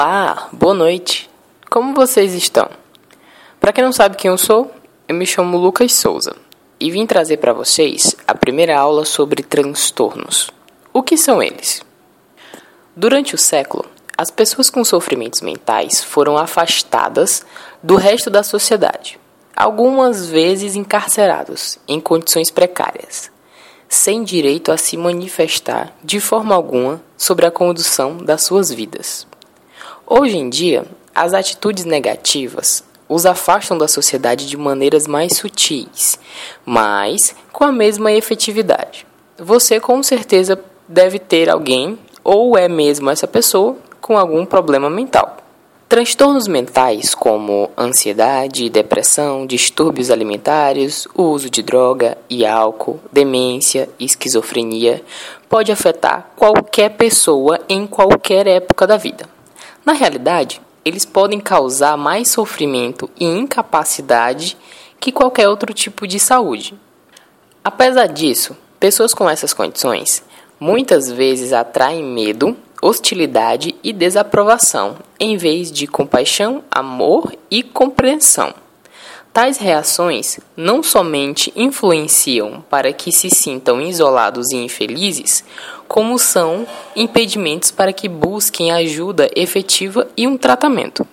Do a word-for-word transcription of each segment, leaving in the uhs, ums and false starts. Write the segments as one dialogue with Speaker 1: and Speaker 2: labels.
Speaker 1: Ah, boa noite. Como vocês estão? Para quem não sabe quem eu sou, eu me chamo Lucas Souza e vim trazer para vocês a primeira aula sobre transtornos. O que são eles? Durante o século, as pessoas com sofrimentos mentais foram afastadas do resto da sociedade, algumas vezes encarcerados em condições precárias, sem direito a se manifestar de forma alguma sobre a condução das suas vidas. Hoje em dia, as atitudes negativas os afastam da sociedade de maneiras mais sutis, mas com a mesma efetividade. Você com certeza deve ter alguém, ou é mesmo essa pessoa, com algum problema mental. Transtornos mentais como ansiedade, depressão, distúrbios alimentares, o uso de droga e álcool, demência e esquizofrenia pode afetar qualquer pessoa em qualquer época da vida. Na realidade, eles podem causar mais sofrimento e incapacidade que qualquer outro tipo de saúde. Apesar disso, pessoas com essas condições muitas vezes atraem medo, hostilidade e desaprovação, em vez de compaixão, amor e compreensão. Tais reações não somente influenciam para que se sintam isolados e infelizes, como são impedimentos para que busquem ajuda efetiva e um tratamento.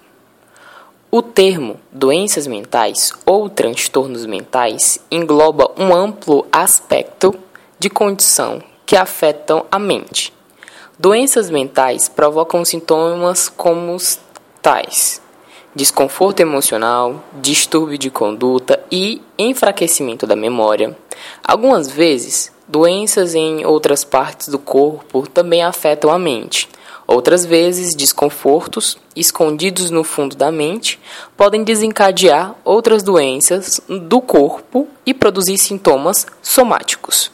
Speaker 1: O termo doenças mentais ou transtornos mentais engloba um amplo aspecto de condição que afetam a mente. Doenças mentais provocam sintomas como os tais: desconforto emocional, distúrbio de conduta e enfraquecimento da memória. Algumas vezes, doenças em outras partes do corpo também afetam a mente. Outras vezes, desconfortos escondidos no fundo da mente podem desencadear outras doenças do corpo e produzir sintomas somáticos.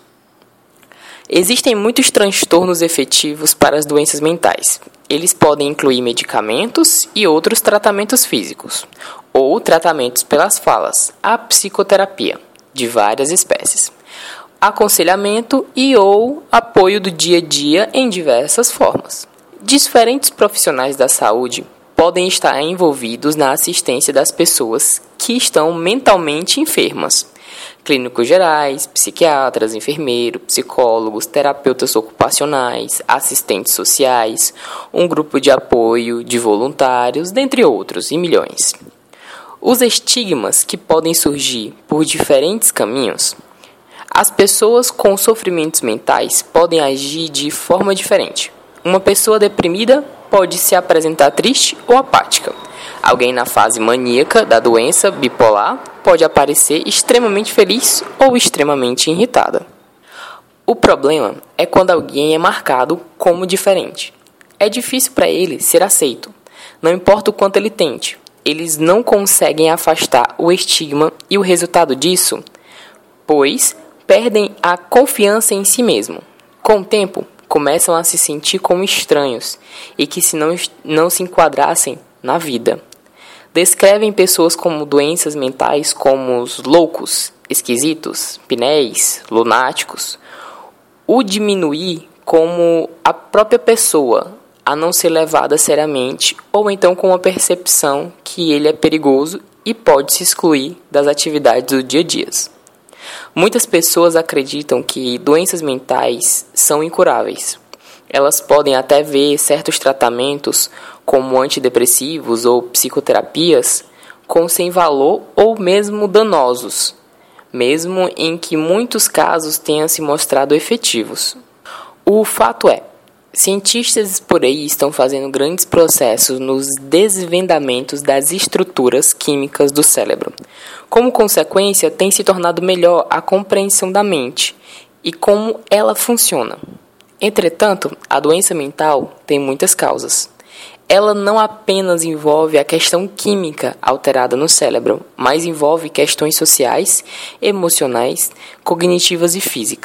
Speaker 1: Existem muitos transtornos efetivos para as doenças mentais. Eles podem incluir medicamentos e outros tratamentos físicos, ou tratamentos pelas falas, a psicoterapia, de várias espécies, aconselhamento e ou apoio do dia a dia em diversas formas. Diferentes profissionais da saúde podem estar envolvidos na assistência das pessoas que estão mentalmente enfermas. Clínicos gerais, psiquiatras, enfermeiros, psicólogos, terapeutas ocupacionais, assistentes sociais, um grupo de apoio de voluntários, dentre outros, e milhões. Os estigmas que podem surgir por diferentes caminhos. As pessoas com sofrimentos mentais podem agir de forma diferente. Uma pessoa deprimida pode se apresentar triste ou apática. Alguém na fase maníaca da doença bipolar pode aparecer extremamente feliz ou extremamente irritada. O problema é quando alguém é marcado como diferente. É difícil para ele ser aceito. Não importa o quanto ele tente, eles não conseguem afastar o estigma e o resultado disso, pois perdem a confiança em si mesmo. Com o tempo, começam a se sentir como estranhos e que se não, não se enquadrassem na vida. Descrevem pessoas como doenças mentais como os loucos, esquisitos, pinéis, lunáticos. O diminuir como a própria pessoa a não ser levada seriamente ou então com a percepção que ele é perigoso e pode se excluir das atividades do dia a dia. Muitas pessoas acreditam que doenças mentais são incuráveis. Elas podem até ver certos tratamentos, como antidepressivos ou psicoterapias, com sem valor ou mesmo danosos, mesmo em que muitos casos tenham se mostrado efetivos. O fato é, cientistas por aí estão fazendo grandes processos nos desvendamentos das estruturas químicas do cérebro. Como consequência, tem se tornado melhor a compreensão da mente e como ela funciona. Entretanto, a doença mental tem muitas causas. Ela não apenas envolve a questão química alterada no cérebro, mas envolve questões sociais, emocionais, cognitivas e físicas.